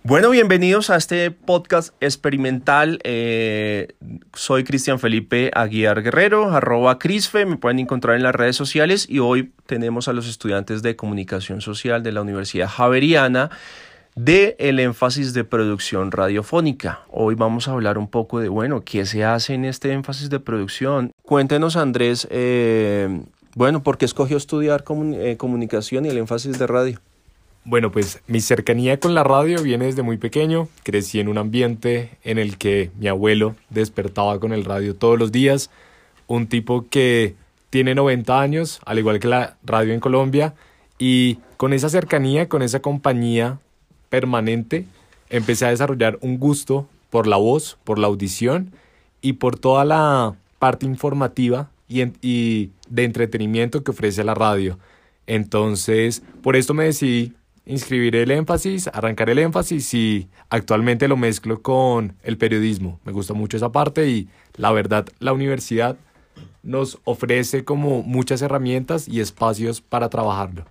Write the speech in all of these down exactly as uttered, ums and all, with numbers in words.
Bueno, bienvenidos a este podcast experimental. Eh, soy Cristian Felipe Aguiar Guerrero, arroba Crisfe, me pueden encontrar en las redes sociales y hoy tenemos a los estudiantes de Comunicación Social de la Universidad Javeriana de el énfasis de producción radiofónica. Hoy vamos a hablar un poco de, bueno, ¿qué se hace en este énfasis de producción? Cuéntenos, Andrés, eh, bueno, ¿por qué escogió estudiar comun- eh, comunicación y el énfasis de radio? Bueno, pues mi cercanía con la radio viene desde muy pequeño. Crecí en un ambiente en el que mi abuelo despertaba con el radio todos los días. Un tipo que tiene noventa años, al igual que la radio en Colombia. Y con esa cercanía, con esa compañía permanente, empecé a desarrollar un gusto por la voz, por la audición y por toda la parte informativa y, en, y de entretenimiento que ofrece la radio. Entonces, por esto me decidí inscribir el énfasis, arrancar el énfasis y actualmente lo mezclo con el periodismo. Me gusta mucho esa parte y la verdad la universidad nos ofrece como muchas herramientas y espacios para trabajarlo.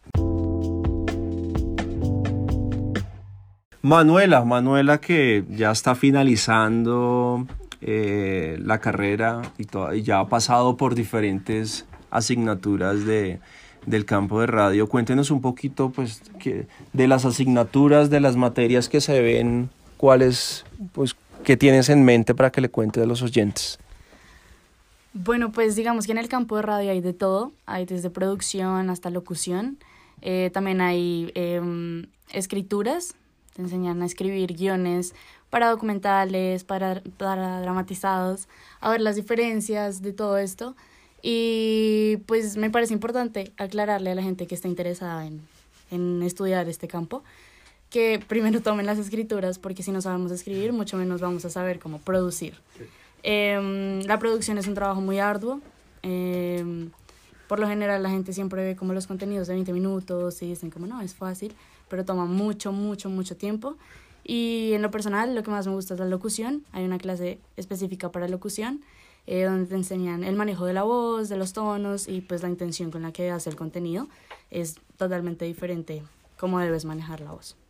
Manuela, Manuela que ya está finalizando eh, la carrera y, to- y ya ha pasado por diferentes asignaturas de del campo de radio. Cuéntenos un poquito pues, que, de las asignaturas, de las materias que se ven, cuáles, pues, qué tienes en mente para que le cuentes a los oyentes. Bueno, pues digamos que en el campo de radio hay de todo, hay desde producción hasta locución, eh, también hay eh, escrituras, te enseñan a escribir guiones para documentales, para, para dramatizados, a ver las diferencias de todo esto. Y pues me parece importante aclararle a la gente que está interesada en, en estudiar este campo que primero tomen las escrituras, porque si no sabemos escribir, mucho menos vamos a saber cómo producir. Sí. Eh, la producción es un trabajo muy arduo. Eh, por lo general la gente siempre ve como los contenidos de veinte minutos y dicen como no, es fácil, pero toma mucho, mucho, mucho tiempo. Y en lo personal lo que más me gusta es la locución. Hay una clase específica para locución, Eh, donde te enseñan el manejo de la voz, de los tonos y pues la intención con la que hace el contenido. Es totalmente diferente cómo debes manejar la voz.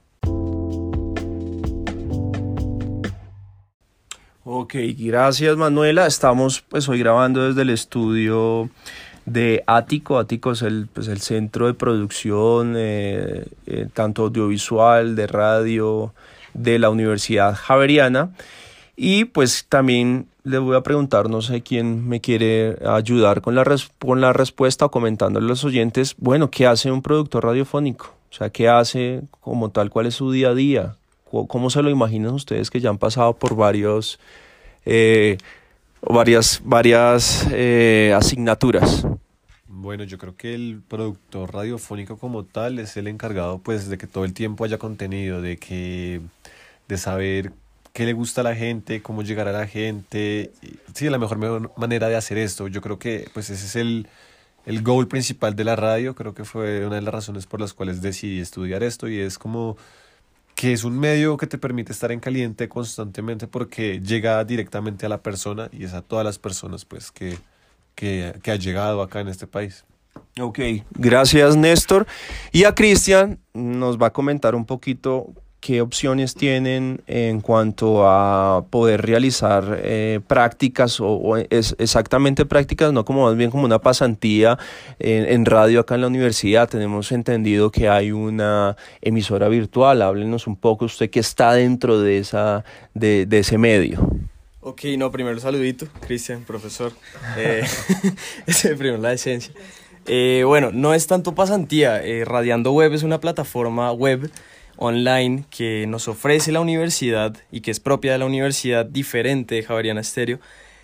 Ok, gracias Manuela. Estamos pues hoy grabando desde el estudio de Ático. Ático es el, pues, el centro de producción eh, eh, tanto audiovisual, de radio, de la Universidad Javeriana. Y pues también les voy a preguntar, no sé quién me quiere ayudar con la, res- con la respuesta o comentándole a los oyentes, bueno, ¿qué hace un productor radiofónico? O sea, ¿qué hace como tal? ¿Cuál es su día a día? ¿Cómo, cómo se lo imaginan ustedes que ya han pasado por varios, eh, varias, varias eh, asignaturas? Bueno, yo creo que el productor radiofónico como tal es el encargado pues de que todo el tiempo haya contenido, de que de saber qué le gusta a la gente, cómo llegar a la gente, y, sí, la mejor, mejor manera de hacer esto. Yo creo que pues ese es el, el goal principal de la radio, creo que fue una de las razones por las cuales decidí estudiar esto y es como que es un medio que te permite estar en caliente constantemente porque llega directamente a la persona y es a todas las personas pues que, que, que ha llegado acá en este país. Ok, gracias Néstor. Y a Cristian nos va a comentar un poquito qué opciones tienen en cuanto a poder realizar eh, prácticas o, o es exactamente prácticas, no como más bien como una pasantía en, en radio acá en la universidad. Tenemos entendido que hay una emisora virtual. Háblenos un poco usted que está dentro de, esa, de, de ese medio. Ok, no, primero saludito, Cristian, profesor. Eh, ese primero la esencia. Eh, bueno, no es tanto pasantía. Eh, Radiando Web es una plataforma web online que nos ofrece la universidad y que es propia de la universidad, diferente de Javeriana Estéreo,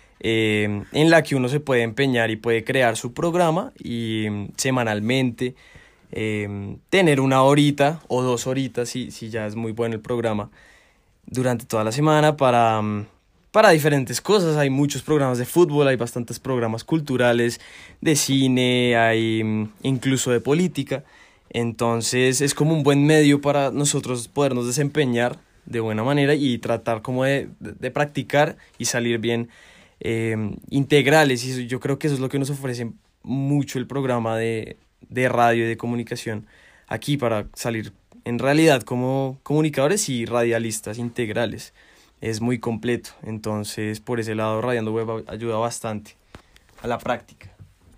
eh, en la que uno se puede empeñar y puede crear su programa y mm, semanalmente eh, tener una horita o dos horitas, si, si ya es muy bueno el programa, durante toda la semana para, mm, para diferentes cosas. Hay muchos programas de fútbol, hay bastantes programas culturales, de cine, hay mm, incluso de política. Entonces es como un buen medio para nosotros podernos desempeñar de buena manera y tratar como de, de, de practicar y salir bien eh, integrales. Y eso, yo creo que eso es lo que nos ofrece mucho el programa de, de radio y de comunicación aquí para salir en realidad como comunicadores y radialistas integrales. Es muy completo, entonces por ese lado Radiando Web ayuda bastante a la práctica.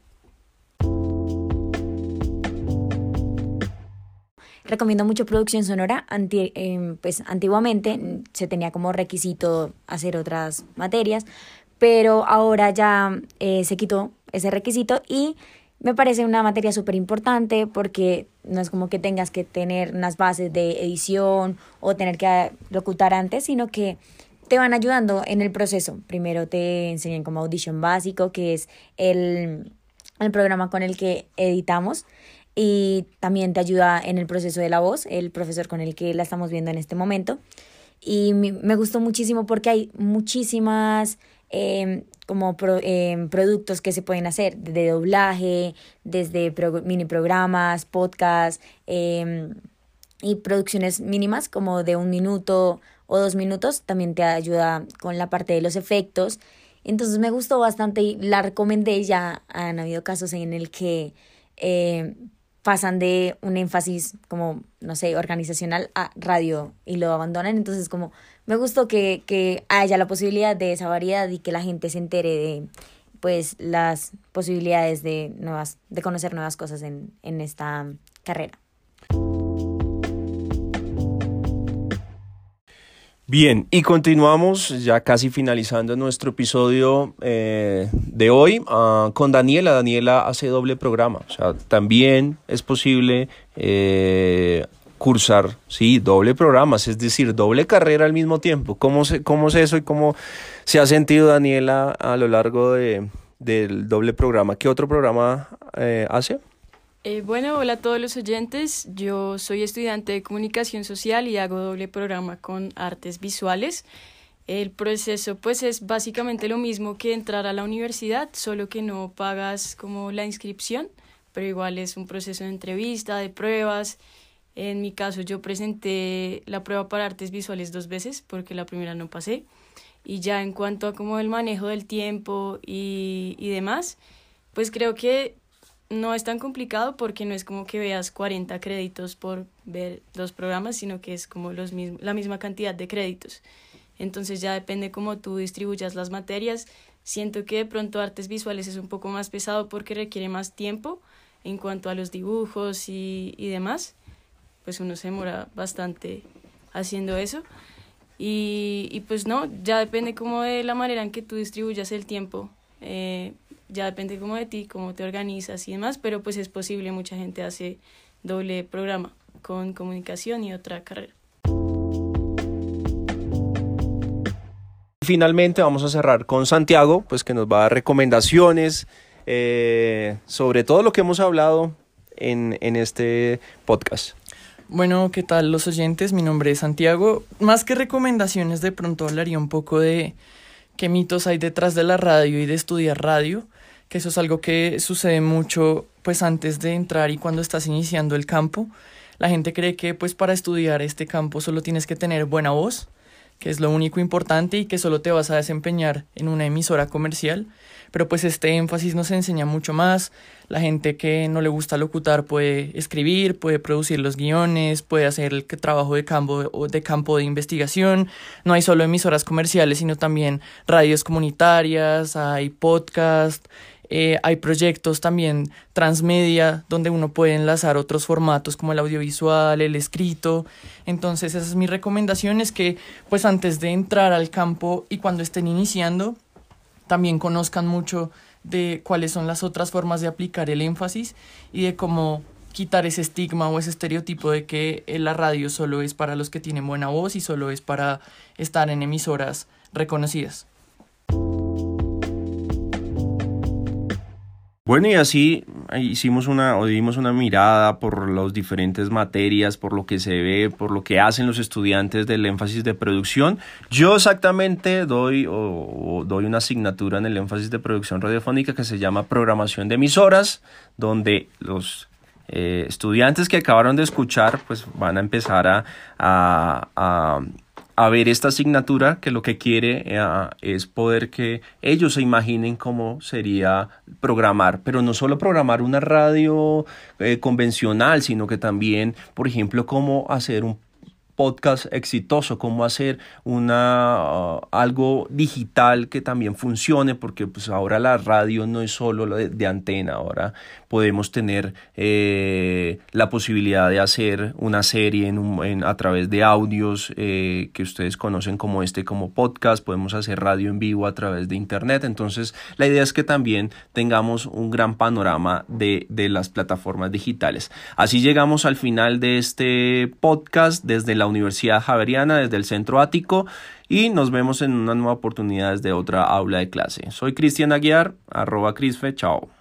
Recomiendo mucho producción sonora. Anti, eh, pues antiguamente se tenía como requisito hacer otras materias, pero ahora ya eh, se quitó ese requisito y me parece una materia súper importante porque no es como que tengas que tener unas bases de edición o tener que locutar antes, sino que te van ayudando en el proceso. Primero te enseñan como Audition básico, que es el, el programa con el que editamos, y también te ayuda en el proceso de la voz, el profesor con el que la estamos viendo en este momento. Y me gustó muchísimo porque hay muchísimas eh, como pro, eh, productos que se pueden hacer, de doblaje, desde pro, mini programas, podcasts eh, y producciones mínimas como de un minuto o dos minutos. También te ayuda con la parte de los efectos. Entonces me gustó bastante y la recomendé. Ya han habido casos en el que eh, pasan de un énfasis como, no sé, organizacional a radio y lo abandonan. Entonces como me gustó que, que haya la posibilidad de esa variedad y que la gente se entere de pues las posibilidades de nuevas, de conocer nuevas cosas en, en esta carrera. Bien, y continuamos ya casi finalizando nuestro episodio eh, de hoy uh, con Daniela. Daniela hace doble programa, o sea, también es posible eh, cursar, sí, doble programas, es decir, doble carrera al mismo tiempo. ¿Cómo, se, cómo es eso y cómo se ha sentido Daniela a lo largo de, del doble programa? ¿Qué otro programa eh, hace? Eh, bueno, hola a todos los oyentes. Yo soy estudiante de comunicación social y hago doble programa con artes visuales. El proceso pues es básicamente lo mismo que entrar a la universidad, solo que no pagas como la inscripción, pero igual es un proceso de entrevista, de pruebas. En mi caso yo presenté la prueba para artes visuales dos veces porque la primera no pasé. Y ya en cuanto a como el manejo del tiempo y, y demás, pues creo que no es tan complicado porque no es como que veas cuarenta créditos por ver dos programas, sino que es como los mismos, la misma cantidad de créditos. Entonces ya depende cómo tú distribuyas las materias. Siento que de pronto artes visuales es un poco más pesado porque requiere más tiempo en cuanto a los dibujos y, y demás. Pues uno se demora bastante haciendo eso. Y, y pues no, ya depende como de la manera en que tú distribuyas el tiempo. Eh, ya depende como de ti, cómo te organizas y demás, pero pues es posible, mucha gente hace doble programa con comunicación y otra carrera. Finalmente vamos a cerrar con Santiago, pues que nos va a dar recomendaciones eh, sobre todo lo que hemos hablado en, en este podcast. Bueno, ¿qué tal los oyentes? Mi nombre es Santiago. Más que recomendaciones, de pronto hablaría un poco de qué mitos hay detrás de la radio y de estudiar radio, que eso es algo que sucede mucho pues antes de entrar y cuando estás iniciando el campo. La gente cree que pues para estudiar este campo solo tienes que tener buena voz, que es lo único importante y que solo te vas a desempeñar en una emisora comercial, pero pues este énfasis nos enseña mucho más. La gente que no le gusta locutar puede escribir, puede producir los guiones, puede hacer el trabajo de campo, de campo de investigación. No hay solo emisoras comerciales, sino también radios comunitarias, hay podcast, eh, hay proyectos también transmedia donde uno puede enlazar otros formatos como el audiovisual, el escrito. Entonces esa es mi recomendación, es que pues antes de entrar al campo y cuando estén iniciando, también conozcan mucho de cuáles son las otras formas de aplicar el énfasis y de cómo quitar ese estigma o ese estereotipo de que la radio solo es para los que tienen buena voz y solo es para estar en emisoras reconocidas. Bueno, y así hicimos una, o dimos una mirada por las diferentes materias, por lo que se ve, por lo que hacen los estudiantes del énfasis de producción. Yo exactamente doy, o, o doy una asignatura en el énfasis de producción radiofónica que se llama programación de emisoras, donde los eh, estudiantes que acabaron de escuchar pues van a empezar a, a, a a ver esta asignatura que lo que quiere eh, es poder que ellos se imaginen cómo sería programar, pero no solo programar una radio eh, convencional, sino que también, por ejemplo, cómo hacer un podcast exitoso, cómo hacer una uh, algo digital que también funcione, porque pues ahora la radio no es solo de, de antena, ahora podemos tener eh, la posibilidad de hacer una serie en un, en, a través de audios eh, que ustedes conocen como este, como podcast, podemos hacer radio en vivo a través de internet. Entonces la idea es que también tengamos un gran panorama de, de las plataformas digitales. Así llegamos al final de este podcast desde la Universidad Javeriana, desde el Centro Ático, y nos vemos en una nueva oportunidad desde otra aula de clase. Soy Cristian Aguiar, arroba Crisfe, chao.